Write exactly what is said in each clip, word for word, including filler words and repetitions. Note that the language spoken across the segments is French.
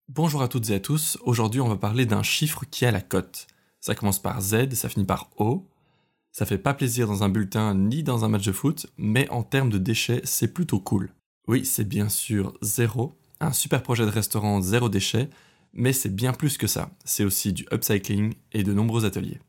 Bonjour à toutes et à tous, aujourd'hui on va parler d'un chiffre qui a la cote. Ça commence par Z, ça finit par O. Ça fait pas plaisir dans un bulletin ni dans un match de foot, mais en termes de déchets, c'est plutôt cool. Oui, c'est bien sûr Zero, un super projet de restaurant zéro déchet, mais c'est bien plus que ça. C'est aussi du upcycling et de nombreux ateliers.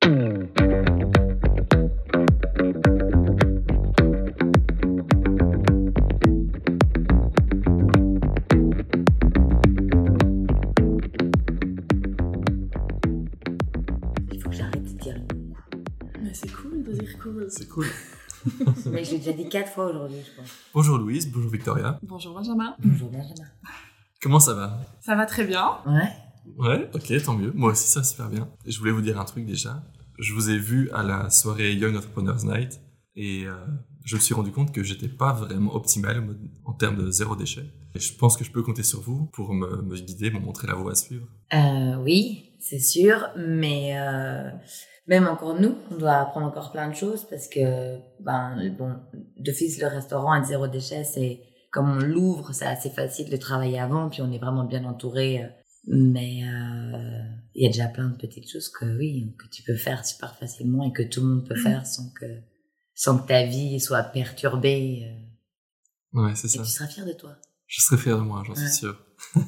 Il faut que j'arrête de dire. Mais c'est cool de dire cool. C'est cool. Mais je l'ai déjà dit quatre fois aujourd'hui, je pense. Bonjour Louise, bonjour Victoria. Bonjour Benjamin. Bonjour Benjamin. Comment ça va? Ça va très bien. Ouais. Ouais, ok, tant mieux. Moi aussi ça va super bien. Et je voulais vous dire un truc déjà. Je vous ai vu à la soirée Young Entrepreneurs Night et euh, je me suis rendu compte que j'étais pas vraiment optimal en termes de zéro déchet. Et je pense que je peux compter sur vous pour me, me guider, me montrer la voie à suivre. Euh, oui, c'est sûr, mais euh, même encore nous, on doit apprendre encore plein de choses parce que, ben, bon, d'office, le restaurant à zéro déchet, c'est comme on l'ouvre, c'est assez facile de travailler avant, puis on est vraiment bien entouré. Mais euh, il y a déjà plein de petites choses que oui, que tu peux faire super facilement et que tout le monde peut faire sans que sans que ta vie soit perturbée. Euh, Ouais, c'est et ça. tu seras fier de toi. Je serais fier de moi, j'en Ouais. suis sûr.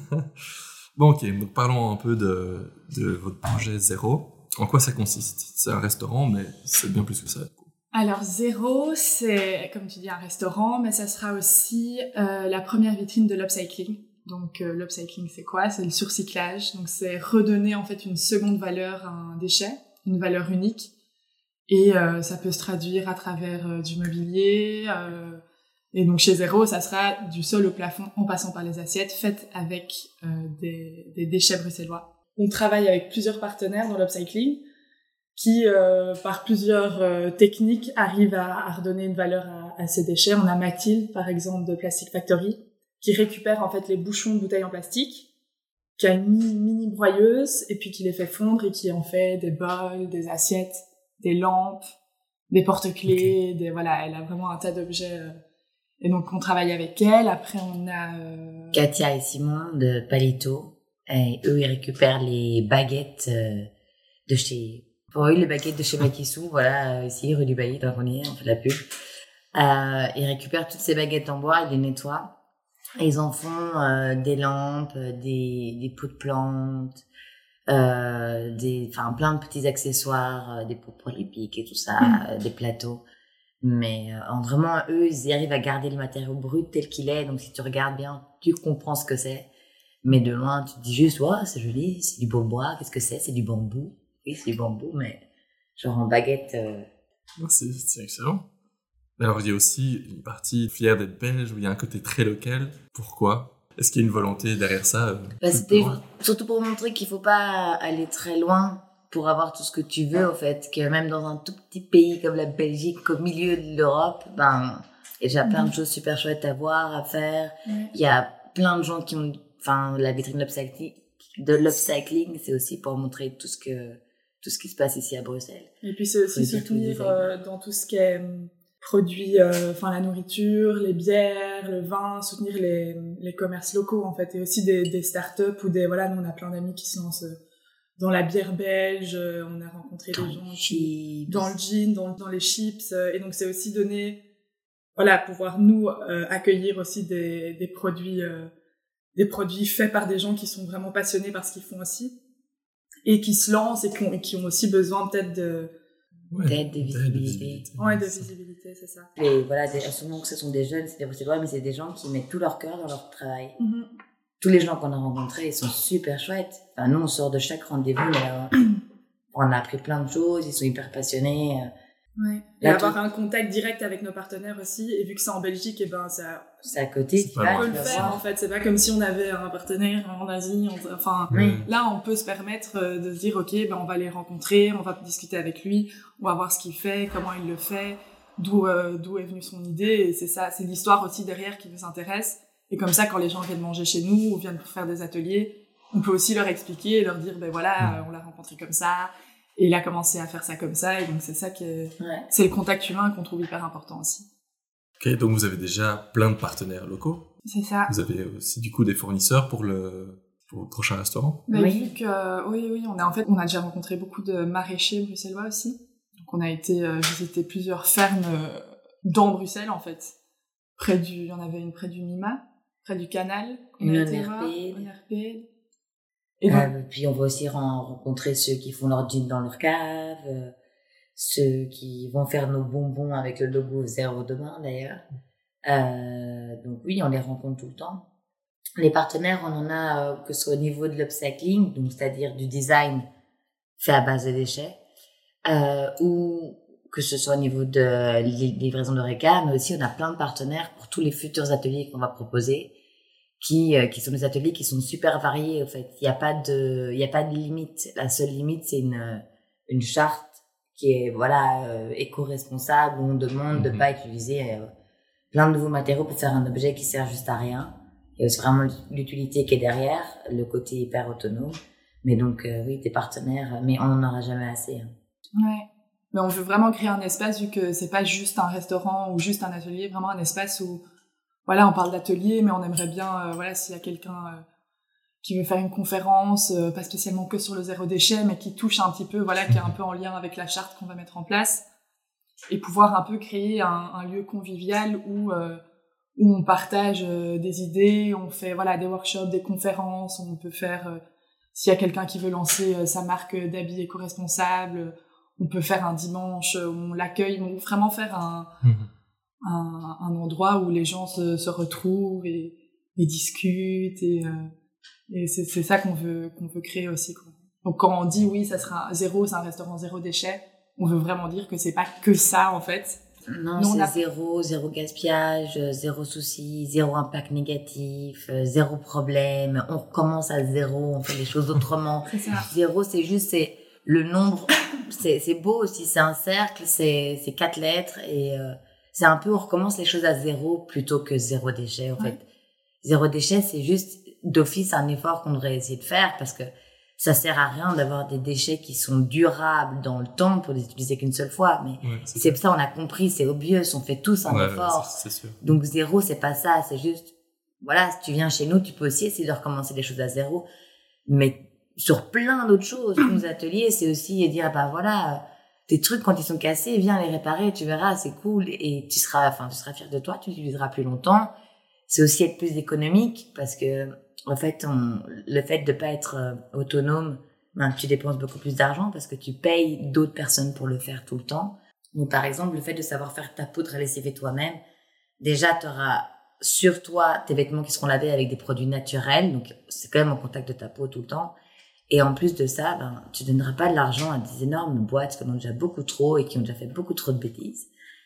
Bon, ok, donc parlons un peu de, de votre projet Zéro. En quoi ça consiste? C'est un restaurant, mais c'est bien plus que ça. Alors Zéro, c'est comme tu dis un restaurant, mais ça sera aussi euh, la première vitrine de l'upcycling. Donc euh, l'upcycling c'est quoi? C'est le surcyclage. Donc c'est redonner en fait une seconde valeur à un déchet, une valeur unique. Et euh, ça peut se traduire à travers euh, du mobilier. Euh, et donc chez Zéro, ça sera du sol au plafond en passant par les assiettes faites avec euh, des, des déchets bruxellois. On travaille avec plusieurs partenaires dans l'upcycling qui, euh, par plusieurs euh, techniques, arrivent à, à redonner une valeur à, à ces déchets. On a Mathilde, par exemple, de Plastic Factory, qui récupère en fait les bouchons de bouteilles en plastique, qui a une mini, mini broyeuse, et puis qui les fait fondre et qui en fait des bols, des assiettes, des lampes, des porte-clés, okay. des, voilà, elle a vraiment un tas d'objets. Euh, et donc on travaille avec elle. Après on a... Euh... Katia et Simon de Palito, et eux ils récupèrent les baguettes euh, de chez... Bon, oui, les baguettes de chez Makissou, voilà, ici, rue du Bailly, dans on y est, on fait la pub. Euh, ils récupèrent toutes ces baguettes en bois, ils les nettoient. Et ils en font euh, des lampes, des, des pots de plantes, euh, des, enfin, plein de petits accessoires, euh, des pots pour les pics et tout ça, mmh. euh, des plateaux. Mais euh, vraiment, eux, ils arrivent à garder le matériau brut tel qu'il est. Donc, si tu regardes bien, tu comprends ce que c'est. Mais de loin, tu te dis juste, ouais, c'est joli, c'est du beau bois, qu'est-ce que c'est? C'est du bambou. Oui, c'est du bambou, mais genre en baguette. Euh... Ouais, c'est, c'est excellent. Alors, il y a aussi une partie fière d'être belge où il y a un côté très local. Pourquoi? Est-ce qu'il y a une volonté derrière ça? Bah, c'était surtout pour montrer qu'il faut pas aller très loin pour avoir tout ce que tu veux, au fait. Que même dans un tout petit pays comme la Belgique, au milieu de l'Europe, ben, il y a déjà plein de choses super chouettes à voir, à faire. Il y a plein de gens qui ont, enfin, la vitrine de l'upcycling, de l'upcycling, c'est aussi pour montrer tout ce que, tout ce qui se passe ici à Bruxelles. Et puis c'est aussi soutenir euh, dans tout ce qui est euh, produits, enfin euh, la nourriture, les bières, le vin, soutenir les, les commerces locaux en fait, et aussi des, des startups ou des, voilà, nous on a plein d'amis qui se lancent dans la bière belge, on a rencontré dans des gens qui, dans le gin, dans, dans les chips, et donc c'est aussi donner, voilà, pouvoir nous euh, accueillir aussi des, des produits, euh, des produits faits par des gens qui sont vraiment passionnés par ce qu'ils font aussi. Et qui se lancent et qui ont, et qui ont aussi besoin peut-être de... Ouais, d'aide, de visibilité. Ouais, de visibilité, c'est ça. Et voilà, des, souvent que ce sont des jeunes, c'est des Bruxellois, mais c'est des gens qui mettent tout leur cœur dans leur travail. Mm-hmm. Tous les gens qu'on a rencontrés, ils sont super chouettes. Enfin, nous, on sort de chaque rendez-vous, mais euh, on a appris plein de choses, ils sont hyper passionnés. Ouais. Et là, avoir tout... un contact direct avec nos partenaires aussi, et vu que c'est en Belgique, et ben ça... C'est à côté, c'est on peut le faire voir. En fait, c'est pas comme si on avait un partenaire en Asie, on... enfin, oui. Là on peut se permettre de se dire, ok, ben on va les rencontrer, on va discuter avec lui, on va voir ce qu'il fait, comment il le fait, d'où, euh, d'où est venue son idée, et c'est ça, c'est l'histoire aussi derrière qui nous intéresse, et comme ça, quand les gens viennent manger chez nous, ou viennent pour faire des ateliers, on peut aussi leur expliquer, et leur dire, ben voilà, on l'a rencontré comme ça, et il a commencé à faire ça comme ça, et donc c'est ça qui est, ouais. C'est le contact humain qu'on trouve hyper important aussi. Ok, donc vous avez déjà plein de partenaires locaux. C'est ça. Vous avez aussi du coup des fournisseurs pour le pour le prochain restaurant. Mais Oui. vu que, oui, oui, on a en fait, on a déjà rencontré beaucoup de maraîchers bruxellois aussi. Donc on a été euh, visiter plusieurs fermes euh, dans Bruxelles en fait. Près du, il y en avait une près du Mima, près du canal. qu'on a Une été en voir, R P. en R P. Et donc, Euh, puis on va aussi ren- rencontrer ceux qui font leur gin dans leur cave, euh, ceux qui vont faire nos bonbons avec le logo Zéro Demain d'ailleurs. Euh, donc oui, on les rencontre tout le temps. Les partenaires, on en a euh, que ce soit au niveau de l'upcycling, donc c'est-à-dire du design fait à base de déchets, euh, ou que ce soit au niveau de li- livraison de réca, mais aussi on a plein de partenaires pour tous les futurs ateliers qu'on va proposer, qui euh, qui sont des ateliers qui sont super variés. En fait, il y a pas de il y a pas de limite. La seule limite, c'est une une charte qui est voilà euh, éco-responsable, où on demande de Mhm. pas utiliser euh, plein de nouveaux matériaux pour faire un objet qui sert juste à rien. Il y a aussi vraiment l'utilité qui est derrière, le côté hyper autonome. Mais donc, euh, oui, tes partenaires, mais on n'en aura jamais assez. Hein. ouais. Mais on veut vraiment créer un espace, vu que c'est pas juste un restaurant ou juste un atelier, vraiment un espace où, voilà, on parle d'atelier, mais on aimerait bien, euh, voilà, s'il y a quelqu'un euh, qui veut faire une conférence, euh, pas spécialement que sur le zéro déchet, mais qui touche un petit peu, voilà, qui est un peu en lien avec la charte qu'on va mettre en place, et pouvoir un peu créer un, un lieu convivial où euh, où on partage euh, des idées, on fait voilà des workshops, des conférences, on peut faire euh, s'il y a quelqu'un qui veut lancer euh, sa marque d'habits éco-responsables, on peut faire un dimanche où on l'accueille, on veut vraiment faire un, Mhm. un, un endroit où les gens se, se retrouvent et, et discutent et, euh, et c'est, c'est ça qu'on veut qu'on veut créer aussi quoi. Donc quand on dit oui ça sera un, zéro, c'est un restaurant zéro déchet, on veut vraiment dire que c'est pas que ça en fait. Non, Nous, on c'est a- zéro, zéro gaspillage, euh, zéro souci, zéro impact négatif, euh, zéro problème. On recommence à zéro, on fait les choses autrement. C'est ça. Zéro, c'est juste, c'est le nombre. C'est, c'est beau aussi, c'est un cercle, c'est, c'est quatre lettres et euh, c'est un peu, on recommence les choses à zéro plutôt que zéro déchet en Ouais. fait. Zéro déchet, c'est juste d'office un effort qu'on devrait essayer de faire parce que ça sert à rien d'avoir des déchets qui sont durables dans le temps pour les utiliser qu'une seule fois, mais Ouais, c'est c'est ça, on a compris, c'est obvious, on fait tous un Ouais, effort. c'est, c'est sûr. Donc zéro, c'est pas ça, c'est juste, voilà, si tu viens chez nous, tu peux aussi essayer de recommencer les choses à zéro. Mais sur plein d'autres choses, tous nos ateliers, c'est aussi dire, bah voilà, tes trucs quand ils sont cassés, viens les réparer, tu verras, c'est cool, et tu seras, enfin, tu seras fier de toi, tu l'utiliseras plus longtemps. C'est aussi être plus économique, parce que, en fait, on, le fait de pas être euh, autonome, ben, tu dépenses beaucoup plus d'argent parce que tu payes d'autres personnes pour le faire tout le temps. Donc, par exemple, le fait de savoir faire ta poudre à lessiver toi-même, déjà, tu auras sur toi tes vêtements qui seront lavés avec des produits naturels, donc c'est quand même en contact de ta peau tout le temps. Et en plus de ça, ben, tu donneras pas de l'argent à des énormes boîtes qui en ont déjà beaucoup trop et qui ont déjà fait beaucoup trop de bêtises.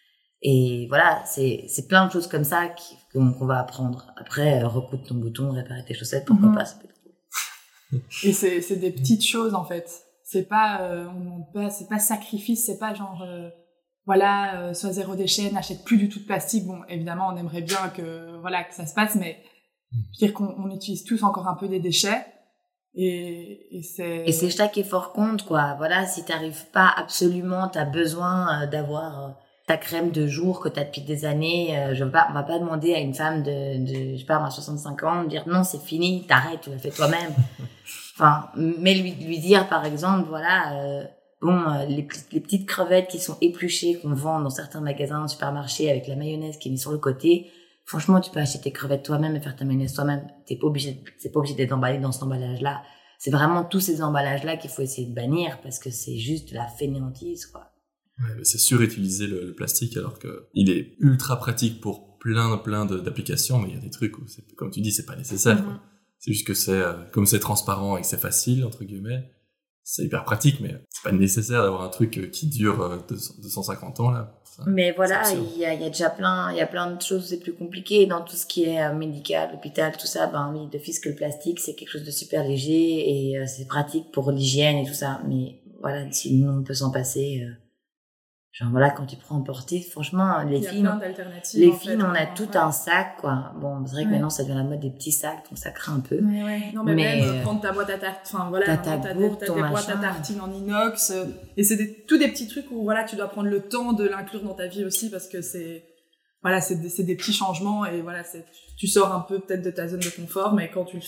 Et voilà, c'est, c'est plein de choses comme ça qui, qu'on, qu'on va apprendre. Après, euh, recoudre ton bouton, réparer tes chaussettes, pourquoi Mhm. pas, ça peut être cool. Et c'est, c'est des petites choses en fait. C'est pas, euh, on demande pas, c'est pas sacrifice, c'est pas genre, euh, voilà, euh, soit zéro déchet, n'achète plus du tout de plastique. Bon, évidemment, on aimerait bien que, voilà, que ça se passe, mais je veux dire qu'on on utilise tous encore un peu des déchets. Et, et c'est. Et c'est chaque effort compte, quoi. Voilà, si t'arrives pas absolument, t'as besoin euh, d'avoir euh, ta crème de jour que t'as depuis des années. Euh, je veux pas, on va pas demander à une femme de, de je sais pas, moi, soixante-cinq ans, de dire non, c'est fini, t'arrêtes, tu l'as fait toi-même. Enfin, mais lui, lui dire, par exemple, voilà, euh, bon, euh, les, petites- les petites crevettes qui sont épluchées, qu'on vend dans certains magasins de supermarchés avec la mayonnaise qui est mise sur le côté. Franchement, tu peux acheter tes crevettes toi-même et faire ta mayonnaise toi-même. T'es pas obligé, c'est pas obligé d'être emballé dans cet emballage-là. C'est vraiment tous ces emballages-là qu'il faut essayer de bannir parce que c'est juste de la fainéantise, quoi. Ouais, mais c'est surutiliser le, le plastique alors que il est ultra pratique pour plein plein de, d'applications, mais il y a des trucs où, c'est, comme tu dis, c'est pas nécessaire. Quoi. Mhm. C'est juste que c'est, euh, comme c'est transparent et que c'est facile, entre guillemets, c'est hyper pratique, mais c'est pas nécessaire d'avoir un truc euh, qui dure euh, deux cent cinquante ans, là. Enfin, Mais voilà, c'est absurde. il y a, il y a déjà plein, il y a plein de choses, c'est plus compliqué. Dans tout ce qui est euh, médical, hôpital, tout ça, ben oui, d'office que le plastique, c'est quelque chose de super léger et euh, c'est pratique pour l'hygiène et tout ça. Mais voilà, si nous, on peut s'en passer. Euh, genre voilà, quand tu prends en portée, franchement, les Il y a filles, plein d'alternatives. les en filles, fait, on a vraiment. tout Ouais. un sac, quoi. Bon, c'est vrai que Ouais. maintenant, ça devient la mode des petits sacs, donc ça craint un peu. Ouais, ouais. Non, mais, Mais, même euh, prendre ta boîte à tartines, enfin voilà, t'as maintenant, ta t'as gourde, des, t'as ton des boîtes à machin. tartines en inox, euh, et c'est des, tous des petits trucs où voilà, tu dois prendre le temps de l'inclure dans ta vie aussi parce que c'est, voilà, c'est des, c'est des petits changements et voilà, c'est, tu sors un peu peut-être de ta zone de confort, mais quand tu le fais,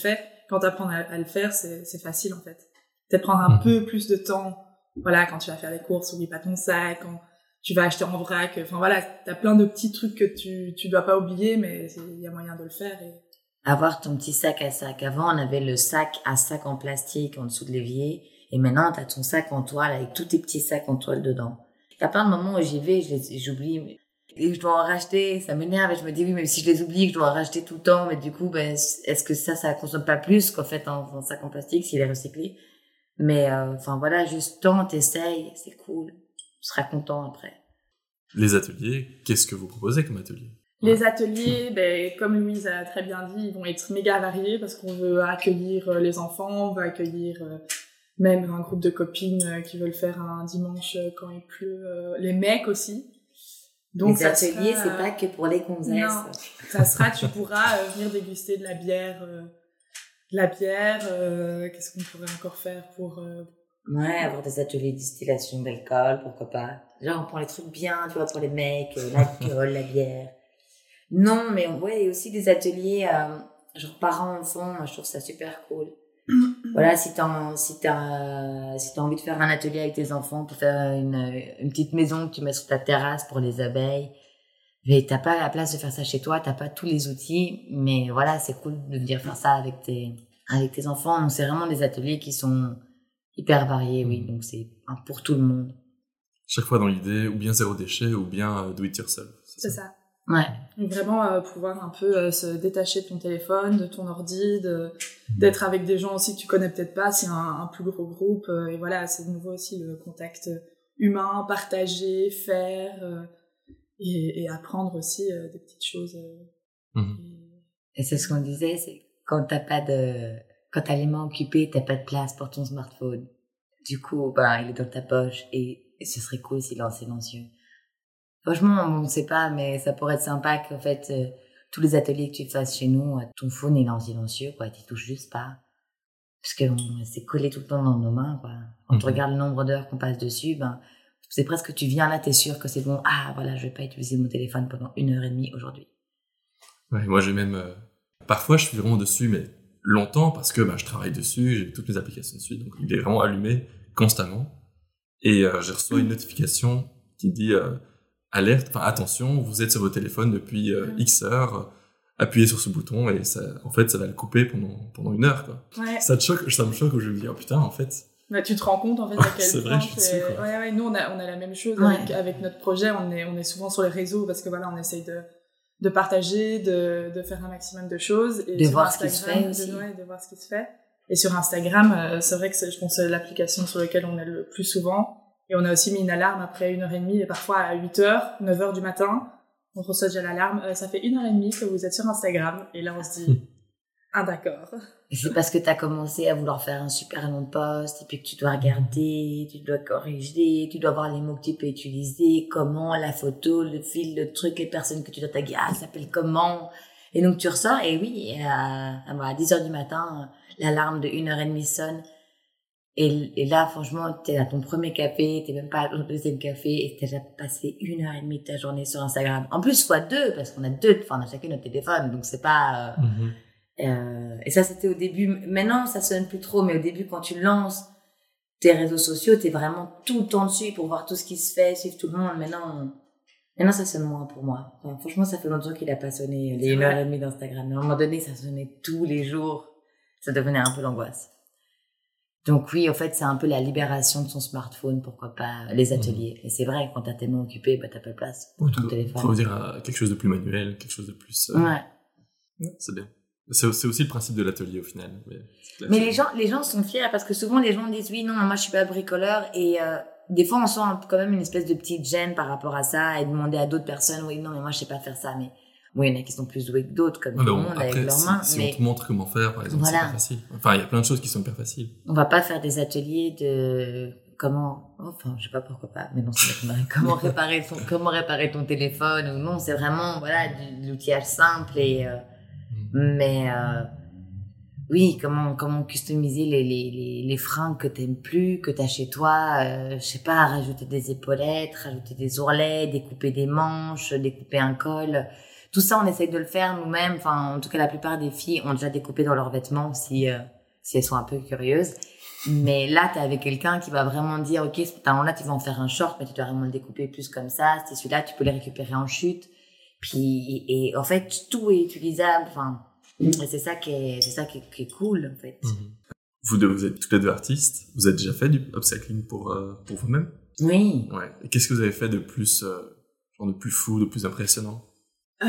quand t'apprends à, à le faire, c'est, c'est facile, en fait. Peut-être prendre un mmh. peu plus de temps, voilà, quand tu vas faire les courses, oublie pas ton sac, quand tu vas acheter en vrac, enfin voilà, t'as plein de petits trucs que tu, tu dois pas oublier, mais il y a moyen de le faire. Et... Avoir ton petit sac à sac. Avant, on avait le sac à sac en plastique en dessous de l'évier, et maintenant, t'as ton sac en toile avec tous tes petits sacs en toile dedans. Il y a plein de moments où j'y vais, je les, j'oublie, et je dois en racheter, ça m'énerve, et je me dis, oui, mais si je les oublie, je dois en racheter tout le temps, mais du coup, ben, est-ce que ça, ça consomme pas plus qu'en fait, en, en sac en plastique, s'il est recyclé? Mais, enfin, euh, voilà, juste tant, t'essayes, c'est cool. Tu seras content après. Les ateliers, qu'est-ce que vous proposez comme atelier? Les ateliers, ben, comme Louise a très bien dit, ils vont être méga variés parce qu'on veut accueillir les enfants, on veut accueillir euh, même un groupe de copines euh, qui veulent faire un dimanche euh, quand il pleut, euh, les mecs aussi. Donc, les ateliers, sera, c'est pas que pour les gonzesses. Non, ça sera, tu pourras euh, venir déguster de la bière, euh, de la bière, euh, qu'est-ce qu'on pourrait encore faire pour... Euh... Ouais, avoir des ateliers de distillation d'alcool, pourquoi pas. Genre, on prend les trucs bien, tu vois, pour les mecs, euh, l'alcool, la bière. Non, mais ouais, et aussi des ateliers, euh, genre parents-enfants, moi je trouve ça super cool. Voilà, si t'as, si t'as, si t'as envie de faire un atelier avec tes enfants pour faire une, une petite maison que tu mets sur ta terrasse pour les abeilles, mais t'as pas la place de faire ça chez toi, t'as pas tous les outils, mais voilà, c'est cool de venir faire ça avec tes, avec tes enfants. Donc c'est vraiment des ateliers qui sont hyper variés, oui, donc c'est pour tout le monde. Chaque fois dans l'idée, ou bien zéro déchet, ou bien do it yourself. C'est, c'est ça. ça. Ouais. Donc vraiment euh, pouvoir un peu euh, se détacher de ton téléphone, de ton ordi, de, d'être avec des gens aussi que tu connais peut-être pas, si un, un plus gros groupe, euh, et voilà, c'est de nouveau aussi le contact humain, partager, faire, euh, et, et apprendre aussi euh, des petites choses. Euh, mmh. et... et c'est ce qu'on disait, c'est quand t'as pas de, quand t'as les mains occupées, t'as pas de place pour ton smartphone. Du coup, ben, il est dans ta poche, et, et ce serait cool s'il est en silencieux. Franchement, on ne sait pas, mais ça pourrait être sympa qu'en fait, euh, tous les ateliers que tu fasses chez nous, ton phone il est en silencieux, quoi, tu touches juste pas. Parce que on, c'est collé tout le temps dans nos mains, quoi. Quand mm-hmm. tu regardes le nombre d'heures qu'on passe dessus, ben, c'est presque, tu viens là, t'es sûr que c'est bon. Ah, voilà, je vais pas utiliser mon téléphone pendant une heure et demie aujourd'hui. Ouais, moi j'ai même, euh, parfois je suis vraiment dessus, mais longtemps, parce que, bah, je travaille dessus, j'ai toutes mes applications dessus, donc il est vraiment allumé constamment. Et, euh, j'ai reçu une notification qui dit, euh, alerte, enfin attention, vous êtes sur votre téléphone depuis euh, X heures, euh, appuyez sur ce bouton et ça, en fait, ça va le couper pendant pendant une heure, quoi. Ouais. Ça te choque, ça me choque où je me dis oh putain, en fait. Bah, tu te rends compte en fait à quel c'est point vrai, je suis dessus, quoi. Ouais, ouais, nous on a on a la même chose ouais. avec avec notre projet, on est on est souvent sur les réseaux parce que voilà, on essaye de de partager, de de faire un maximum de choses et de sur voir Instagram, ce qui se fait aussi. De, ouais, de voir ce qui se fait. Et sur Instagram, euh, c'est vrai que c'est, je pense c'est l'application sur laquelle on est le plus souvent. Et on a aussi mis une alarme après une heure et demie, et parfois à huit heures, neuf heures du matin, on reçoit déjà l'alarme. Euh, ça fait une heure et demie que vous êtes sur Instagram. Et là, on se dit, ah d'accord. Et c'est parce que t'as commencé à vouloir faire un super long post, et puis que tu dois regarder, tu dois corriger, tu dois voir les mots que tu peux utiliser, comment, la photo, le fil, le truc, les personnes que tu dois taguer, ah, ça s'appelle comment. Et donc tu ressors, et oui, à, à dix heures du matin, l'alarme de une heure et demie sonne. Et, et là, franchement, t'es à ton premier café, t'es même pas à ton deuxième café, et t'as déjà passé une heure et demie de ta journée sur Instagram. En plus, fois deux, parce qu'on a deux, enfin, on a chacun notre téléphone, donc c'est pas, euh, mm-hmm. euh, et ça, c'était au début. Maintenant, ça sonne plus trop, mais au début, quand tu lances tes réseaux sociaux, t'es vraiment tout le temps dessus pour voir tout ce qui se fait, suivre tout le monde. Maintenant, maintenant, ça sonne moins pour moi. Enfin, franchement, ça fait longtemps qu'il a pas sonné les une heure et demie d'Instagram. À un moment donné, ça sonnait tous les jours. Ça devenait un peu l'angoisse. Donc oui, en fait, c'est un peu la libération de son smartphone, pourquoi pas les ateliers. Mmh. Et c'est vrai, quand t'as tes mains occupées, bah t'as pas de place pour ton téléphone. Faut dire euh, quelque chose de plus manuel, quelque chose de plus... Euh... Ouais. ouais. C'est bien. C'est, c'est aussi le principe de l'atelier au final. Mais, mais les gens, les gens sont fiers parce que souvent les gens disent oui, non, moi je suis pas bricoleur et euh, des fois on sent quand même une espèce de petite gêne par rapport à ça et demander à d'autres personnes oui, non, mais moi je sais pas faire ça, mais... Oui, il y en a qui sont plus doués que d'autres, comme tout le monde, après, avec leurs si, mains. Si mais... on te montre comment faire, par exemple, voilà. C'est pas facile. Enfin, il y a plein de choses qui sont hyper faciles. On va pas faire des ateliers de comment, enfin, je sais pas pourquoi pas, mais non, c'est pas comment réparer ton, comment réparer ton téléphone ou non, c'est vraiment, voilà, de l'outillage simple et, euh, mm. mais, euh, oui, comment, comment customiser les, les, les, les fringues que t'aimes plus, que t'as chez toi, euh, je sais pas, rajouter des épaulettes, rajouter des ourlets, découper des manches, découper un col. tout ça, on essaye de le faire nous-mêmes. Enfin, en tout cas, la plupart des filles ont déjà découpé dans leurs vêtements si, euh, si elles sont un peu curieuses. Mais là, t'es avec quelqu'un qui va vraiment dire, OK, ce pantalon-là, tu vas en faire un short, mais tu dois vraiment le découper plus comme ça. C'est celui-là, tu peux les récupérer en chute. Puis, et, et en fait, tout est utilisable. Enfin, et c'est ça qui est, c'est ça qui est, qui est cool, en fait. Mm-hmm. Vous deux, vous êtes toutes les deux artistes. Vous avez déjà fait du upcycling pour, euh, pour vous-même? Oui. Ouais. Et qu'est-ce que vous avez fait de plus, euh, genre de plus fou, de plus impressionnant? Euh,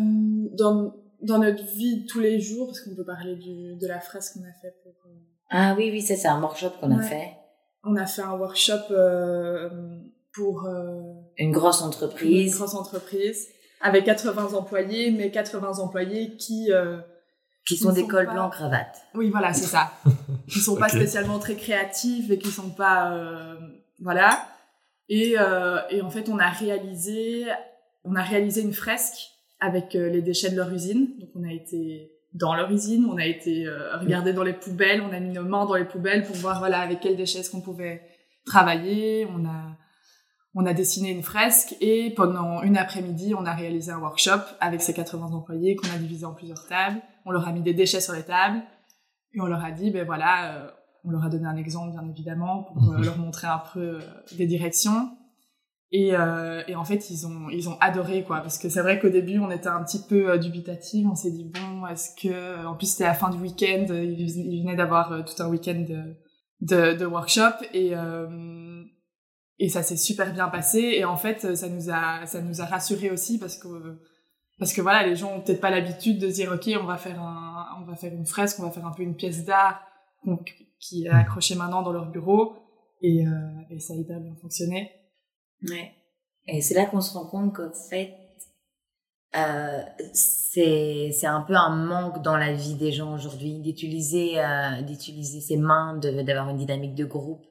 dans, dans notre vie de tous les jours, parce qu'on peut parler du, de la fresque qu'on a fait pour... Euh... Ah oui, oui, ça, c'est un workshop qu'on ouais. a fait. On a fait un workshop euh, pour... Euh, une grosse entreprise. Une grosse entreprise, avec quatre-vingts employés, mais quatre-vingts employés qui... Euh, qui sont des cols blancs cravate. Oui, voilà, c'est ça. Qui sont pas okay. spécialement très créatifs et qui sont pas... Euh, voilà. Et, euh, et en fait, on a réalisé... On a réalisé une fresque avec euh, les déchets de leur usine. Donc, on a été dans leur usine, on a été euh, regarder dans les poubelles, on a mis nos mains dans les poubelles pour voir voilà avec quels déchets est-ce qu'on pouvait travailler. On a on a dessiné une fresque et pendant une après-midi, on a réalisé un workshop avec ces quatre-vingts employés qu'on a divisé en plusieurs tables. On leur a mis des déchets sur les tables et on leur a dit ben voilà, euh, on leur a donné un exemple bien évidemment pour euh, leur montrer un peu euh, des directions. Et, euh, et en fait, ils ont, ils ont adoré, quoi. Parce que c'est vrai qu'au début, on était un petit peu euh, dubitatifs. On s'est dit, bon, est-ce que... En plus, c'était la fin du week-end. Ils, ils venaient d'avoir euh, tout un week-end de, de, de workshop. Et, euh, et ça s'est super bien passé. Et en fait, ça nous a, ça nous a rassurés aussi parce que, parce que voilà, les gens ont peut-être pas l'habitude de se dire, OK, on va faire un, on va faire une fresque, on va faire un peu une pièce d'art qui est accrochée maintenant dans leur bureau. Et, euh, et ça a hyper bien fonctionné. Ouais. Et c'est là qu'on se rend compte qu'en fait, euh, c'est, c'est un peu un manque dans la vie des gens aujourd'hui d'utiliser, euh, d'utiliser ses mains, de, d'avoir une dynamique de groupe,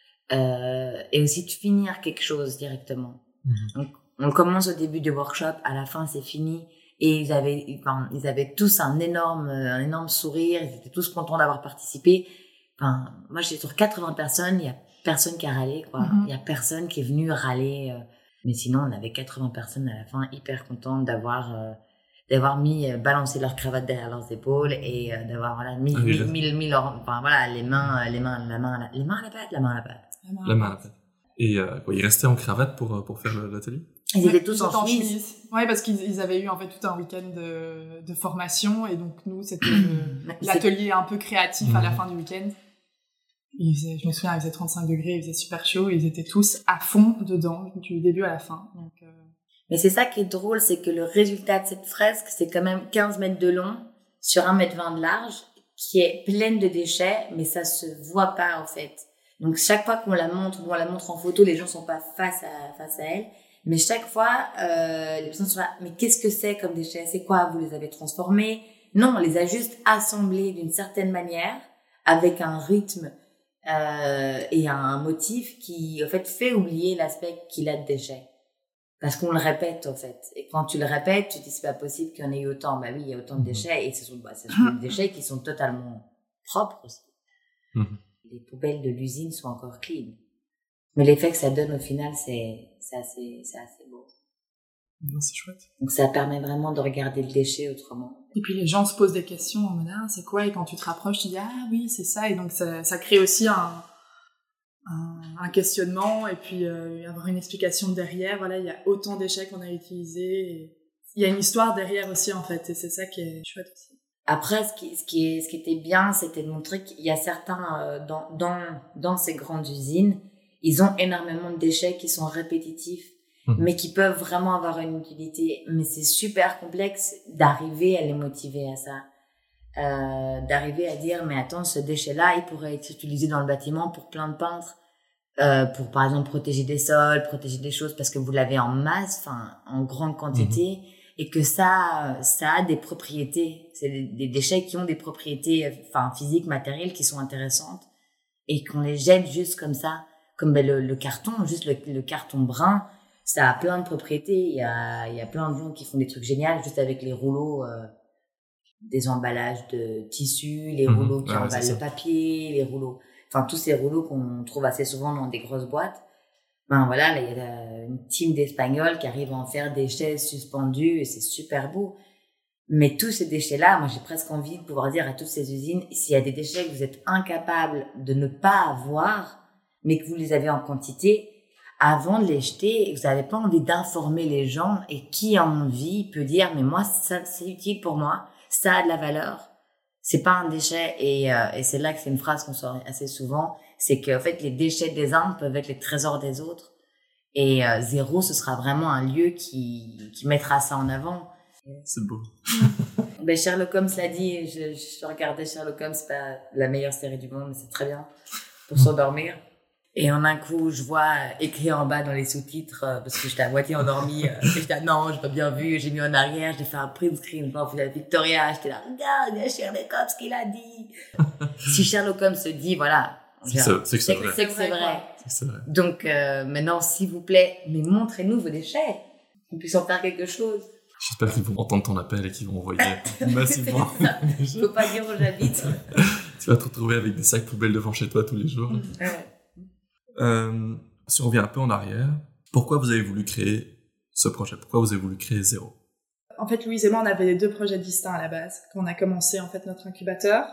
euh, et aussi de finir quelque chose directement. Mm-hmm. Donc, on commence au début du workshop, à la fin c'est fini, et ils avaient, enfin, ils avaient tous un énorme, un énorme sourire, ils étaient tous contents d'avoir participé. Enfin, moi j'étais sur quatre-vingts personnes, il y a personne qui a râlé, quoi. Il mm-hmm. y a personne qui est venu râler. Euh, mais sinon, on avait quatre-vingts personnes à la fin hyper contentes d'avoir, euh, d'avoir mis, euh, balancé leur cravate derrière leurs épaules et euh, d'avoir, voilà, mis, ah, mis, mis, mis leur, enfin, voilà, les mains, les mains, la main, la, les mains à la pâte, la main à la pâte. La main à la, main à la pâte. Et, euh, quoi, ils restaient en cravate pour, pour faire l'atelier? Ils étaient tous en chemise. Ouais, parce qu'ils ils avaient eu, en fait, tout un week-end de, de formation et donc, nous, c'était le, l'atelier un peu créatif mmh. à la fin du week-end. Il faisait, je me souviens, il faisait trente-cinq degrés, il faisait super chaud, et ils étaient tous à fond dedans, du début à la fin. Donc, euh... Mais c'est ça qui est drôle, c'est que le résultat de cette fresque, c'est quand même quinze mètres de long, sur un mètre vingt de large, qui est pleine de déchets, mais ça se voit pas, en fait. Donc, chaque fois qu'on la montre, bon, on la montre en photo, les gens sont pas face à, face à elle, mais chaque fois, euh, les personnes sont là, mais qu'est-ce que c'est comme déchets? C'est quoi? Vous les avez transformés? Non, on les a juste assemblés d'une certaine manière, avec un rythme, Euh, et un motif qui, en fait, fait oublier l'aspect qu'il a de déchets. Parce qu'on le répète, en fait. Et quand tu le répètes, tu te dis, c'est pas possible qu'il y en ait eu autant. Bah oui, il y a autant de déchets, et ce sont, bah, ce sont des déchets qui sont totalement propres aussi. Mm-hmm. Les poubelles de l'usine sont encore clean. Mais l'effet que ça donne au final, c'est, c'est assez, c'est assez beau. Non, c'est chouette. Donc ça permet vraiment de regarder le déchet autrement. Et puis les gens se posent des questions en mode ah, c'est quoi? Et quand tu te rapproches, tu dis ah oui, c'est ça. Et donc ça, ça crée aussi un, un, un questionnement et puis euh, avoir une explication derrière. Voilà, il y a autant de déchets qu'on a utilisés. Et il y a une histoire derrière aussi en fait, et c'est ça qui est chouette aussi. Après, ce qui, ce qui, est, ce qui était bien, c'était de montrer qu'il y a certains euh, dans, dans, dans ces grandes usines, ils ont énormément de déchets qui sont répétitifs. Mmh. Mais qui peuvent vraiment avoir une utilité. Mais c'est super complexe d'arriver à les motiver à ça. Euh, d'arriver à dire, mais attends, ce déchet-là, il pourrait être utilisé dans le bâtiment pour plein de peintres, euh, pour par exemple protéger des sols, protéger des choses, parce que vous l'avez en masse, enfin, en grande quantité, mmh. et que ça, ça a des propriétés. C'est des, des déchets qui ont des propriétés, enfin, physiques, matérielles, qui sont intéressantes, et qu'on les jette juste comme ça, comme ben, le, le carton, juste le, le carton brun. Ça a plein de propriétés. Il y a, il y a plein de gens qui font des trucs géniaux juste avec les rouleaux, euh, des emballages de tissus, les mmh, rouleaux qui ouais, emballent le papier, les rouleaux, enfin tous ces rouleaux qu'on trouve assez souvent dans des grosses boîtes. Ben voilà, là, il y a une team d'Espagnols qui arrive à en faire des chaises suspendues et c'est super beau. Mais tous ces déchets-là, moi j'ai presque envie de pouvoir dire à toutes ces usines, s'il y a des déchets que vous êtes incapables de ne pas avoir, mais que vous les avez en quantité, avant de les jeter, vous n'avez pas envie d'informer les gens, et qui a envie peut dire, mais moi ça c'est utile pour moi, ça a de la valeur, c'est pas un déchet. Et, euh, et c'est là que c'est une phrase qu'on sort assez souvent, c'est qu'en fait les déchets des uns peuvent être les trésors des autres, et euh, Zéro, ce sera vraiment un lieu qui, qui mettra ça en avant. C'est beau. Ben Sherlock Holmes l'a dit, je, je regardais Sherlock Holmes, c'est pas la meilleure série du monde, mais c'est très bien pour s'endormir. Et en un coup, je vois écrit en bas dans les sous-titres, euh, parce que j'étais à moitié endormie, euh, j'étais là, non, j'ai pas bien vu, j'ai mis en arrière, j'ai fait un print screen, je m'en fous de Victoria, j'étais là, regarde, il y a Sherlock Holmes qui l'a dit. Si Sherlock Holmes se dit, voilà, c'est, ça, c'est que c'est, c'est vrai. C'est que c'est vrai. C'est que c'est vrai. Donc, euh, maintenant, s'il vous plaît, mais montrez-nous vos déchets, qu'on puisse en faire quelque chose. J'espère qu'ils vont entendre ton appel et qu'ils vont envoyer massivement. Je peux pas dire où j'habite. Tu vas te retrouver avec des sacs poubelles devant chez toi tous les jours. Ouais. Euh, si on revient un peu en arrière, pourquoi vous avez voulu créer ce projet ? Pourquoi vous avez voulu créer Zéro ? En fait, Louise et moi, on avait les deux projets distincts à la base, quand on a commencé en fait notre incubateur.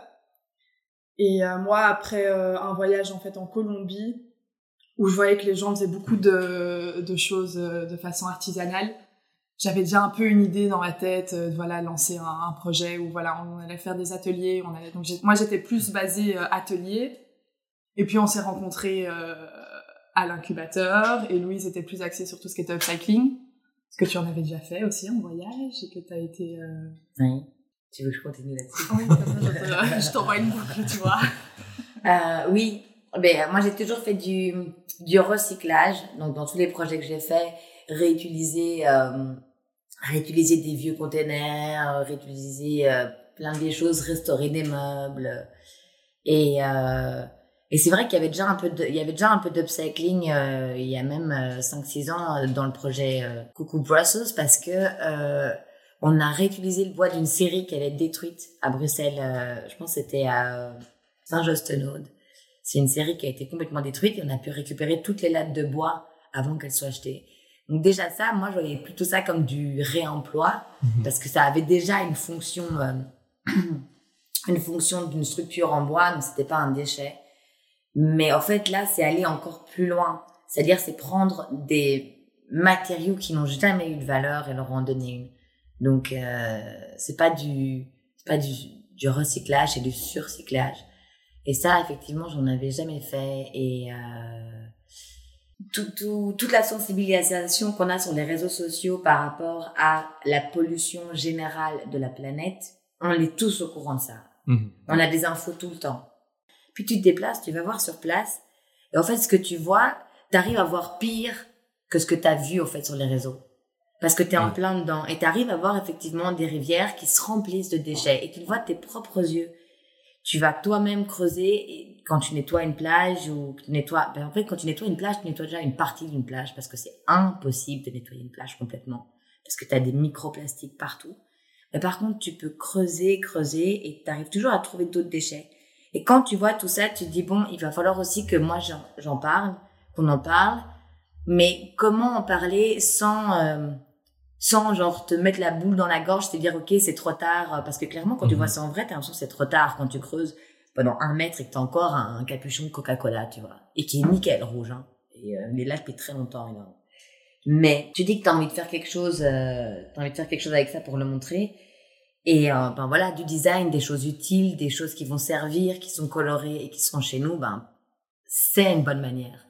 Et euh, moi, après euh, un voyage en fait en Colombie, où je voyais que les gens faisaient beaucoup de, de choses euh, de façon artisanale, j'avais déjà un peu une idée dans ma tête, euh, de voilà, lancer un, un projet où voilà, on allait faire des ateliers. On allait, donc j'ai, moi, j'étais plus basée euh, atelier. Et puis, on s'est rencontrés euh, à l'incubateur. Et Louise était plus axée sur tout ce qui était upcycling. Parce que tu en avais déjà fait aussi en voyage et que tu as été... Euh... Oui. Tu veux que je continue là-dessus ? Oui, comme ça, je, te, je t'envoie une boucle, tu vois. Euh, oui. Ben, moi, j'ai toujours fait du, du recyclage. Donc, dans tous les projets que j'ai faits, réutiliser, euh, réutiliser des vieux containers, réutiliser euh, plein de choses, restaurer des meubles. Et, euh, et c'est vrai qu'il y avait déjà un peu de, il y avait déjà un peu d'upcycling euh, il y a même euh, cinq six ans euh, dans le projet euh, Coucou Brussels, parce que euh, on a réutilisé le bois d'une scierie qui allait être détruite à Bruxelles. Euh, je pense que c'était à Saint-Jostenaude. C'est une scierie qui a été complètement détruite et on a pu récupérer toutes les lattes de bois avant qu'elles soient achetées. Donc déjà ça, moi je voyais plutôt ça comme du réemploi, mmh. parce que ça avait déjà une fonction, euh, une fonction d'une structure en bois, donc c'était pas un déchet. Mais en fait là, c'est aller encore plus loin, c'est-à-dire c'est prendre des matériaux qui n'ont jamais eu de valeur et leur en donner une. Donc euh, c'est pas du, c'est pas du, du recyclage, c'est du surcyclage. Et ça, effectivement, j'en avais jamais fait. Et euh, tout, tout, toute la sensibilisation qu'on a sur les réseaux sociaux par rapport à la pollution générale de la planète, on est tous au courant de ça. Mmh. On a des infos tout le temps. Puis tu te déplaces, tu vas voir sur place. Et en fait, ce que tu vois, t'arrives à voir pire que ce que t'as vu, en fait, sur les réseaux. Parce que t'es en plein dedans. Et t'arrives à voir, effectivement, des rivières qui se remplissent de déchets. Et tu le vois de tes propres yeux. Tu vas toi-même creuser et quand tu nettoies une plage ou tu nettoies, ben en fait, quand tu nettoies une plage, tu nettoies déjà une partie d'une plage parce que c'est impossible de nettoyer une plage complètement parce que tu as des microplastiques partout. Mais par contre, tu peux creuser, creuser et tu arrives toujours à trouver d'autres déchets. Et quand tu vois tout ça, tu te dis bon, il va falloir aussi que moi j'en, j'en parle, qu'on en parle, mais comment en parler sans euh, sans genre te mettre la boule dans la gorge, te dire ok c'est trop tard, parce que clairement quand mmh. tu vois ça en vrai t'as l'impression que c'est trop tard quand tu creuses pendant un mètre et que t'as encore un, un capuchon de Coca-Cola, tu vois, et qui est nickel rouge, hein, et euh, il est là depuis très longtemps, you know. Mais tu dis que t'as envie de faire quelque chose, euh, t'as envie de faire quelque chose avec ça pour le montrer, et euh, ben voilà, du design, des choses utiles, des choses qui vont servir, qui sont colorées et qui seront chez nous, ben c'est une bonne manière.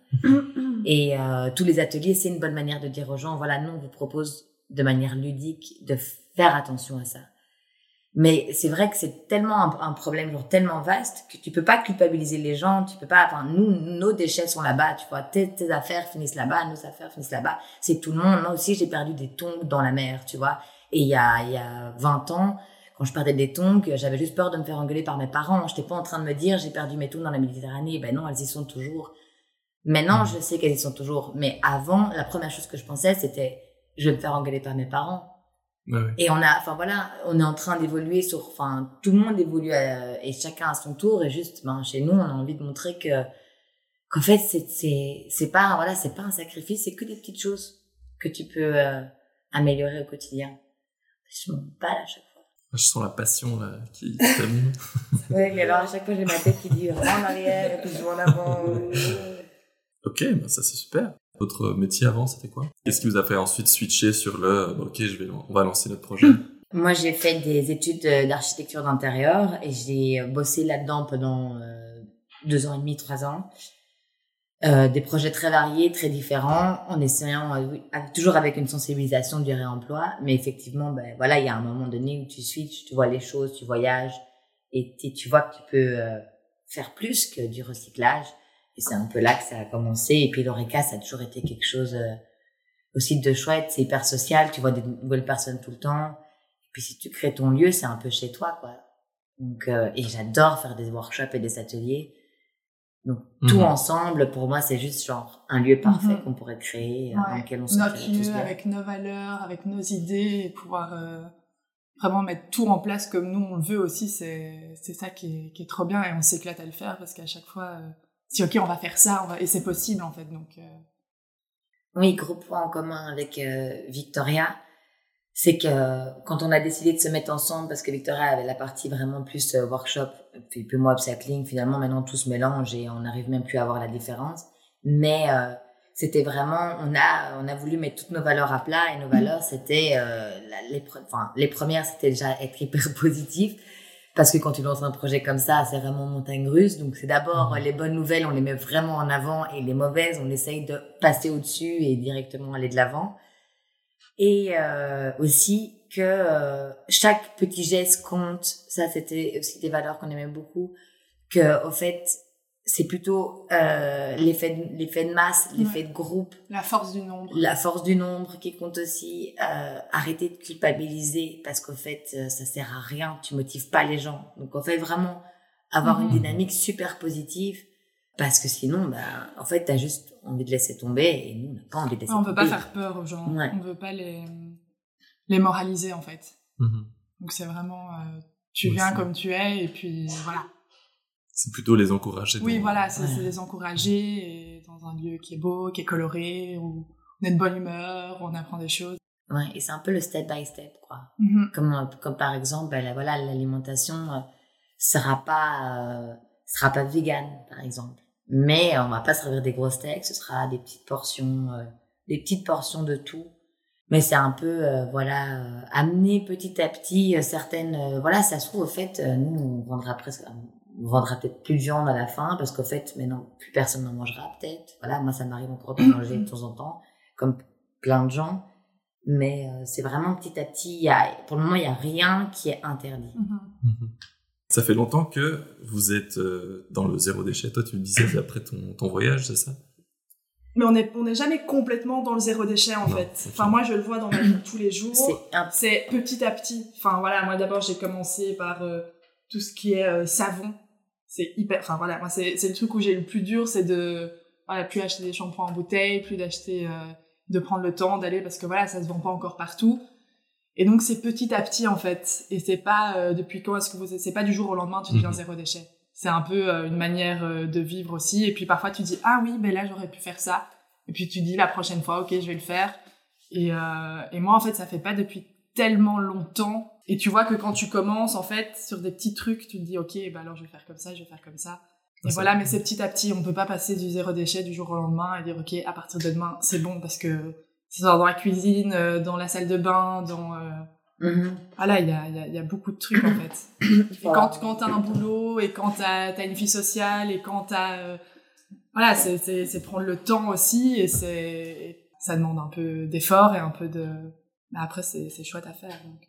Et euh, tous les ateliers, c'est une bonne manière de dire aux gens voilà, nous on vous propose de manière ludique, de faire attention à ça. Mais c'est vrai que c'est tellement un, un problème, genre tellement vaste, que tu peux pas culpabiliser les gens, tu peux pas, enfin, nous, nos déchets sont là-bas, tu vois, tes, tes affaires finissent là-bas, nos affaires finissent là-bas, c'est tout le monde. Moi aussi, j'ai perdu des tongs dans la mer, tu vois. Et il y a, il y a vingt ans, quand je perdais des tongs, j'avais juste peur de me faire engueuler par mes parents. J'étais pas en train de me dire, j'ai perdu mes tongs dans la Méditerranée. Ben non, elles y sont toujours. Maintenant, je sais qu'elles y sont toujours. Mais avant, la première chose que je pensais, c'était, je vais me faire engueuler par mes parents. Bah oui. Et on a, enfin voilà, on est en train d'évoluer sur, enfin, tout le monde évolue à, et chacun à son tour. Et juste, ben, chez nous, on a envie de montrer que qu'en fait, c'est, c'est, c'est pas, voilà, c'est pas un sacrifice, c'est que des petites choses que tu peux euh, améliorer au quotidien. Je m'en bats à chaque fois. Je sens la passion là, qui t'anime. Oui, mais alors à chaque fois, j'ai ma tête qui dit en arrière et puis je vais en avant. Ok, bah ça c'est super. Votre métier avant, c'était quoi? Qu'est-ce qui vous a fait ensuite switcher sur le bah, ok, je vais, on va lancer notre projet? Moi, j'ai fait des études d'architecture d'intérieur et j'ai bossé là-dedans pendant euh, deux ans et demi, trois ans. Euh, des projets très variés, très différents, en essayant euh, toujours avec une sensibilisation du réemploi. Mais effectivement, ben voilà, il y a un moment donné où tu switches, tu vois les choses, tu voyages et tu vois que tu peux euh, faire plus que du recyclage. Et c'est un peu là que ça a commencé. Et puis l'Oreca, ça a toujours été quelque chose euh, aussi de chouette. C'est hyper social, tu vois des nouvelles personnes tout le temps. Et puis si tu crées ton lieu, c'est un peu chez toi, quoi. Donc euh, et j'adore faire des workshops et des ateliers. Donc, tout mmh. ensemble, pour moi, c'est juste genre un lieu parfait mmh. qu'on pourrait créer, ouais. dans lequel on se Notre lieu, avec nos valeurs, avec nos idées, et pouvoir euh, vraiment mettre tout en place comme nous, on le veut aussi, c'est, c'est ça qui est, qui est trop bien, et on s'éclate à le faire, parce qu'à chaque fois, euh, si ok, on va faire ça, on va... et c'est possible, en fait, donc... Euh... Oui, gros point en commun avec euh, Victoria, c'est que quand on a décidé de se mettre ensemble, parce que Victoria avait la partie vraiment plus euh, workshop, puis plus moi upcycling, finalement maintenant tout se mélange et on n'arrive même plus à voir la différence. Mais euh, c'était vraiment, on a on a voulu mettre toutes nos valeurs à plat et nos valeurs c'était euh, la, les enfin les premières c'était déjà être hyper positif parce que quand tu lances un projet comme ça c'est vraiment montagne russe. Donc c'est d'abord les bonnes nouvelles on les met vraiment en avant et les mauvaises on essaye de passer au-dessus et directement aller de l'avant. Et euh, aussi que euh, chaque petit geste compte, ça c'était aussi des valeurs qu'on aimait beaucoup, que au fait c'est plutôt euh, l'effet de, l'effet de masse, l'effet ouais. de groupe, la force du nombre, la force du nombre qui compte aussi. Euh, arrêter de culpabiliser parce qu'au fait ça sert à rien, tu motives pas les gens. Donc en fait vraiment avoir mmh. une dynamique super positive. Parce que sinon, bah, en fait, t'as juste envie de laisser tomber et nous, on n'a pas envie de laisser on tomber. On veut pas faire peur aux gens. Ouais. On veut pas les, les moraliser, en fait. Mm-hmm. Donc, c'est vraiment, euh, tu oui, viens c'est... comme tu es et puis voilà. C'est plutôt les encourager. Oui, dans... voilà, c'est, ouais. c'est les encourager et dans un lieu qui est beau, qui est coloré, où on est de bonne humeur, où on apprend des choses. Ouais, et c'est un peu le step by step, quoi. Mm-hmm. Comme, comme par exemple, ben, voilà, l'alimentation euh, sera pas, euh, sera pas vegan, par exemple. Mais on va pas servir des gros steaks, ce sera des petites portions, euh, des petites portions de tout. Mais c'est un peu, euh, voilà, euh, amener petit à petit euh, certaines, euh, voilà, ça se trouve au fait, euh, nous on vendra presque, on vendra peut-être plus de viande à la fin parce qu'au fait, maintenant plus personne n'en mangera peut-être. Voilà, moi ça m'arrive encore de manger de temps en temps, comme plein de gens. Mais euh, c'est vraiment petit à petit. Il y a, pour le moment, il y a rien qui est interdit. Mm-hmm. Mm-hmm. Ça fait longtemps que vous êtes euh, dans le zéro déchet. Toi, tu me disais c'est après ton, ton voyage, c'est ça? Mais on n'est on est jamais complètement dans le zéro déchet, en non, fait. Okay. Enfin, moi, je le vois dans ma vie de tous les jours. C'est, un... c'est petit à petit. Enfin, voilà, moi, d'abord, j'ai commencé par euh, tout ce qui est euh, savon. C'est hyper... Enfin, voilà, moi, c'est, c'est le truc où j'ai le plus dur, c'est de... Voilà, plus acheter des shampoings en bouteille, plus d'acheter... Euh, de prendre le temps d'aller, parce que voilà, ça se vend pas encore partout. Et donc, c'est petit à petit, en fait. Et c'est pas, euh, depuis quand est-ce que vous... C'est pas du jour au lendemain, tu deviens mmh. zéro déchet. C'est un peu euh, une manière euh, de vivre aussi. Et puis, parfois, tu dis, ah oui, ben là, j'aurais pu faire ça. Et puis, tu dis, la prochaine fois, ok, je vais le faire. Et, euh, et moi, en fait, ça fait pas depuis tellement longtemps. Et tu vois que quand tu commences, en fait, sur des petits trucs, tu te dis, ok, ben alors, je vais faire comme ça, je vais faire comme ça. Et c'est voilà, mais c'est petit à petit. On peut pas passer du zéro déchet du jour au lendemain et dire, ok, à partir de demain, c'est bon, parce que c'est dans la cuisine, dans la salle de bain, dans... Euh... Mm-hmm. Voilà, il y a, y, a, y a beaucoup de trucs, en fait. Et quand, quand t'as un boulot, et quand t'as, t'as une vie sociale, et quand t'as... Euh... Voilà, c'est, c'est, c'est prendre le temps aussi, et c'est... Ça demande un peu d'effort et un peu de... Mais après, c'est, c'est chouette à faire, donc...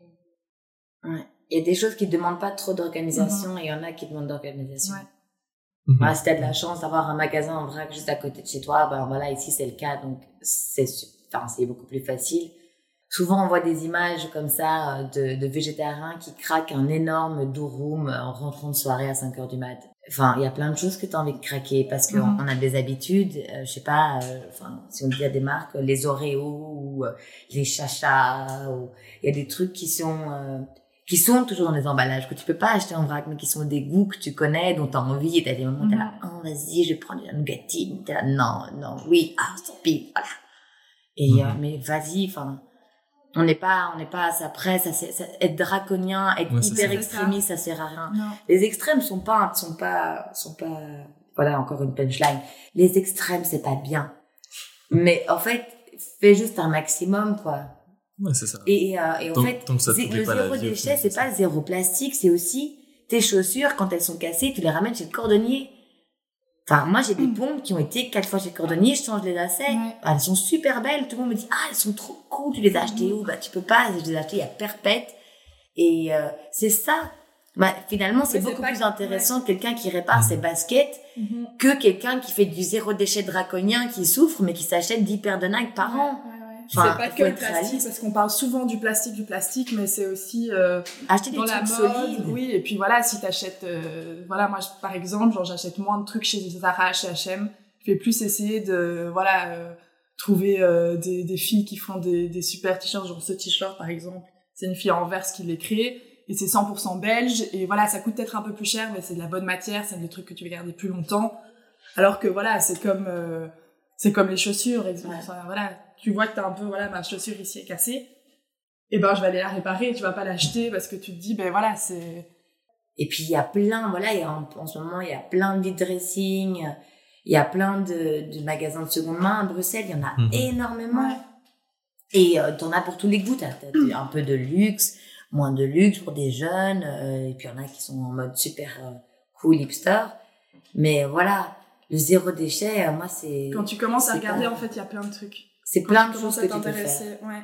Ouais. Il y a des choses qui demandent pas trop d'organisation, mm-hmm. et il y en a qui demandent d'organisation. Ouais. Mm-hmm. Voilà, si t'as de la chance d'avoir un magasin en vrac juste à côté de chez toi, ben voilà, ici c'est le cas, donc c'est, enfin, c'est beaucoup plus facile. Souvent on voit des images comme ça de, de végétariens qui craquent un énorme durum en rentrant de soirée à cinq heures du mat. Enfin, il y a plein de choses que t'as envie de craquer parce qu'on mm-hmm. on a des habitudes, euh, je sais pas, euh, enfin, si on dit à des marques, les Oreos ou euh, les Chacha, ou il y a des trucs qui sont... Euh, qui sont toujours dans les emballages, que tu peux pas acheter en vrac, mais qui sont des goûts que tu connais, dont tu as envie, et t'as des moments où t'es là, oh, vas-y, je vais prendre de la nougatine, t'es là, non, non, oui, ah, sans pile, voilà. Et, mmh. euh, mais vas-y, enfin, on n'est pas, on n'est pas à sa presse, ça, ça, être draconien, être ouais, hyper extrémiste, ça. ça sert à rien. Non. Les extrêmes sont pas, sont pas, sont pas, voilà, encore une punchline. Les extrêmes, c'est pas bien. Mais, en fait, fais juste un maximum, quoi. Ouais, c'est ça. Et, euh, et en donc, fait, donc le zéro déchet, c'est pas le zéro plastique, c'est aussi tes chaussures, quand elles sont cassées, tu les ramènes chez le cordonnier. Enfin, moi, j'ai des pompes qui ont été quatre fois chez le cordonnier, je change les lacets. Ouais. Elles sont super belles, tout le monde me dit, ah, elles sont trop cool, tu les as achetées où? Bah, tu peux pas, je les ai achetées à Perpète. Et, euh, c'est ça. Bah, finalement, c'est oui, beaucoup c'est plus que... intéressant ouais. quelqu'un qui répare mmh. ses baskets mmh. que quelqu'un qui fait du zéro déchet draconien, qui souffre, mais qui s'achète dix paires de Nike par ouais, an. Ouais. Enfin, c'est pas que le plastique, réaliste. Parce qu'on parle souvent du plastique, du plastique, mais c'est aussi euh, acheter des dans trucs la mode, solides. Oui, et puis voilà, si t'achètes, euh, voilà, moi, je, par exemple, genre, j'achète moins de trucs chez Zara, chez H et M. Je vais plus essayer de, voilà, euh, trouver euh, des, des filles qui font des, des super t-shirts, genre ce t-shirt, par exemple. C'est une fille à Anvers qui l'a créé, et c'est cent pour cent belge, et voilà, ça coûte peut-être un peu plus cher, mais c'est de la bonne matière, c'est des trucs que tu vas garder plus longtemps. Alors que voilà, c'est comme, euh, c'est comme les chaussures, exemple. Ouais. Enfin, voilà. Tu vois que t'as un peu, voilà, ma chaussure ici est cassée, et ben je vais aller la réparer, tu vas pas l'acheter parce que tu te dis, ben voilà, c'est... Et puis il y a plein, voilà, il y a, en, en ce moment, il y a plein de vide dressing, il y a plein de, de magasins de seconde main à Bruxelles, il y en a mmh. énormément. Ouais. Et euh, t'en as pour tous les goûts, t'as, t'as mmh. un peu de luxe, moins de luxe pour des jeunes, euh, et puis il y en a qui sont en mode super euh, cool, hipster. Mais voilà, le zéro déchet, euh, moi c'est... Quand tu commences c'est à regarder, pas... en fait, il y a plein de trucs. C'est Quand plein de choses que tu peux faire. Ouais.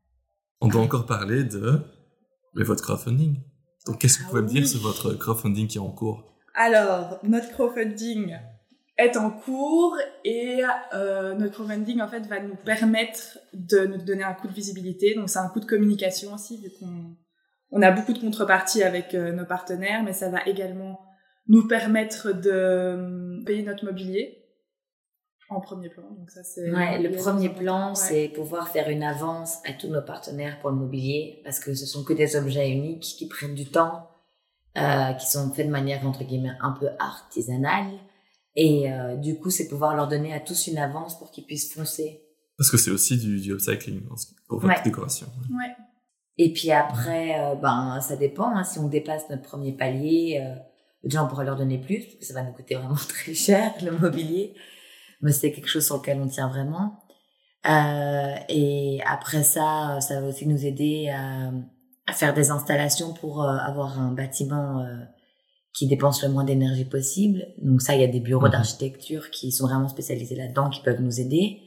On doit encore parler de, de votre crowdfunding. Donc, qu'est-ce que vous ah, pouvez oui. me dire sur votre crowdfunding qui est en cours? Alors, notre crowdfunding est en cours et euh, notre crowdfunding, en fait, va nous permettre de nous donner un coup de visibilité. Donc, c'est un coup de communication aussi, vu qu'on on a beaucoup de contreparties avec euh, nos partenaires, mais ça va également nous permettre de payer notre mobilier. En premier plan, donc ça c'est... Ouais, le premier plan, ouais. c'est pouvoir faire une avance à tous nos partenaires pour le mobilier, parce que ce sont que des objets uniques qui prennent du temps, euh, qui sont faits de manière, entre guillemets, un peu artisanale, et euh, du coup, c'est pouvoir leur donner à tous une avance pour qu'ils puissent foncer. Parce que c'est aussi du, du upcycling pour votre ouais. décoration. Ouais. Et puis après, euh, ben, ça dépend, hein, si on dépasse notre premier palier, euh, déjà on pourra leur donner plus, parce que ça va nous coûter vraiment très cher, le mobilier. Mais c'est quelque chose sur lequel on tient vraiment. Euh, et après ça, ça va aussi nous aider à, à faire des installations pour euh, avoir un bâtiment euh, qui dépense le moins d'énergie possible. Donc ça, il y a des bureaux mmh. d'architecture qui sont vraiment spécialisés là-dedans, qui peuvent nous aider.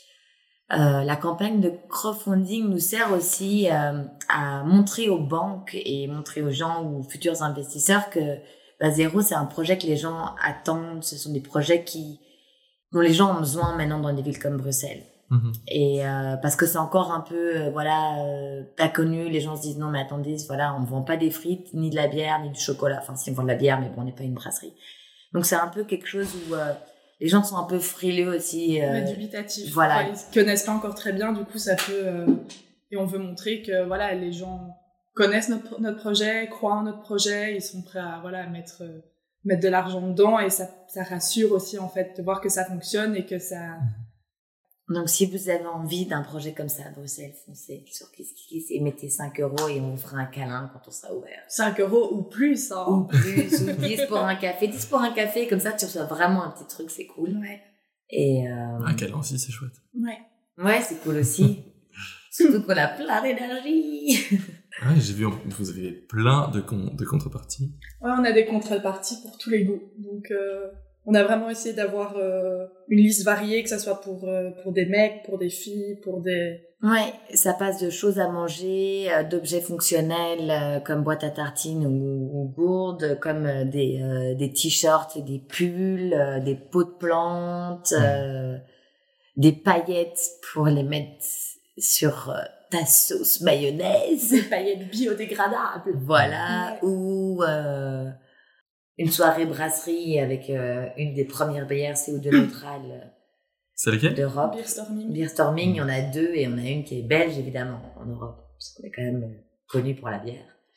Euh, la campagne de crowdfunding nous sert aussi euh, à montrer aux banques et montrer aux gens ou futurs investisseurs que bah, Zéro, c'est un projet que les gens attendent. Ce sont des projets qui dont les gens ont besoin maintenant dans des villes comme Bruxelles. Mmh. Et euh, parce que c'est encore un peu, euh, voilà, euh, pas connu. Les gens se disent non, mais attendez, voilà, on vend pas des frites, ni de la bière, ni du chocolat. Enfin, si on vend de la bière, mais bon, on n'est pas une brasserie. Donc c'est un peu quelque chose où euh, les gens sont un peu frileux aussi. Euh, ouais, dubitatifs. Voilà. Enfin, ils connaissent pas encore très bien. Du coup, ça peut. Euh, et on veut montrer que voilà, les gens connaissent notre notre projet, croient en notre projet, ils sont prêts à voilà mettre. Euh, mettre de l'argent dedans et ça, ça rassure aussi en fait de voir que ça fonctionne et que ça... Donc si vous avez envie d'un projet comme ça à Bruxelles, foncez sur KissKiss et mettez cinq euros et on vous fera un câlin quand on sera ouvert. cinq euros ou plus, hein. Ou plus, ou dix pour un café. dix pour un café, comme ça tu reçois vraiment un petit truc, c'est cool. Ouais. Et euh... un câlin aussi, c'est chouette. Ouais. Ouais, c'est cool aussi. Surtout qu'on a plein d'énergie. Ouais, j'ai vu, vous avez plein de, con- de contreparties. Ouais, on a des contreparties pour tous les goûts. Donc, euh, on a vraiment essayé d'avoir euh, une liste variée, que ça soit pour, euh, pour des mecs, pour des filles, pour des... Ouais, ça passe de choses à manger, euh, d'objets fonctionnels euh, comme boîte à tartines ou, ou gourdes, comme euh, des, euh, des t-shirts et des pulls, euh, des pots de plantes, euh, des paillettes pour les mettre sur... Euh, ta sauce mayonnaise, des paillettes biodégradables, voilà, ouais. ou euh, une soirée brasserie avec euh, une des premières bières C O deux neutrales c'est laquelle d'Europe. Beer Storming. Beer Storming, il y en a deux et on a une qui est belge évidemment en Europe, parce qu'on est quand même connu pour la bière.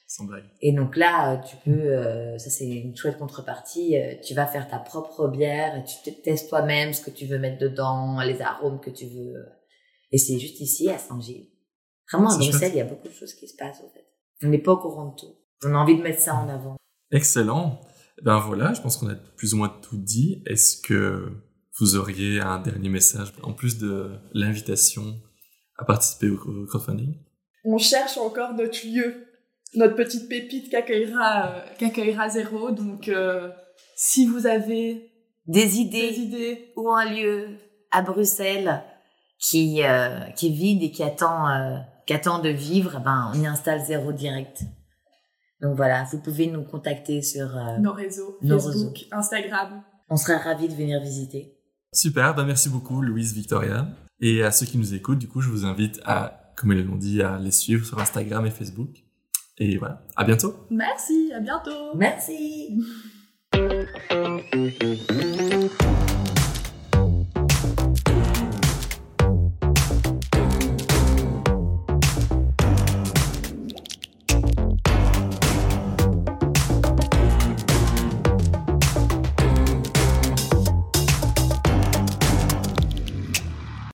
Sans blague. Et donc là, tu peux, euh, ça c'est une chouette contrepartie, euh, tu vas faire ta propre bière, et tu te testes toi-même ce que tu veux mettre dedans, les arômes que tu veux. Et c'est juste ici, à Saint-Gilles. Vraiment, à C'est Bruxelles, chouette. il y a beaucoup de choses qui se passent, en fait. On n'est pas au courant de tout. On a envie de mettre ça en avant. Excellent. Ben voilà, je pense qu'on a plus ou moins tout dit. Est-ce que vous auriez un dernier message, en plus de l'invitation à participer au crowdfunding? On cherche encore notre lieu, notre petite pépite qu'accueillera, euh, qu'accueillera Zéro. Donc, euh, si vous avez Des idées, des idées, ou un lieu à Bruxelles qui, euh, qui est vide et qui attend, euh, qui attend de vivre, ben, on y installe Zéro direct. Donc voilà, vous pouvez nous contacter sur euh, nos réseaux, nos Facebook, réseaux. Instagram. On sera ravis de venir visiter. Super, ben merci beaucoup Louise, Victoria. Et à ceux qui nous écoutent, du coup, je vous invite à, comme ils l'ont dit, à les suivre sur Instagram et Facebook. Et voilà, à bientôt. Merci, à bientôt. Merci.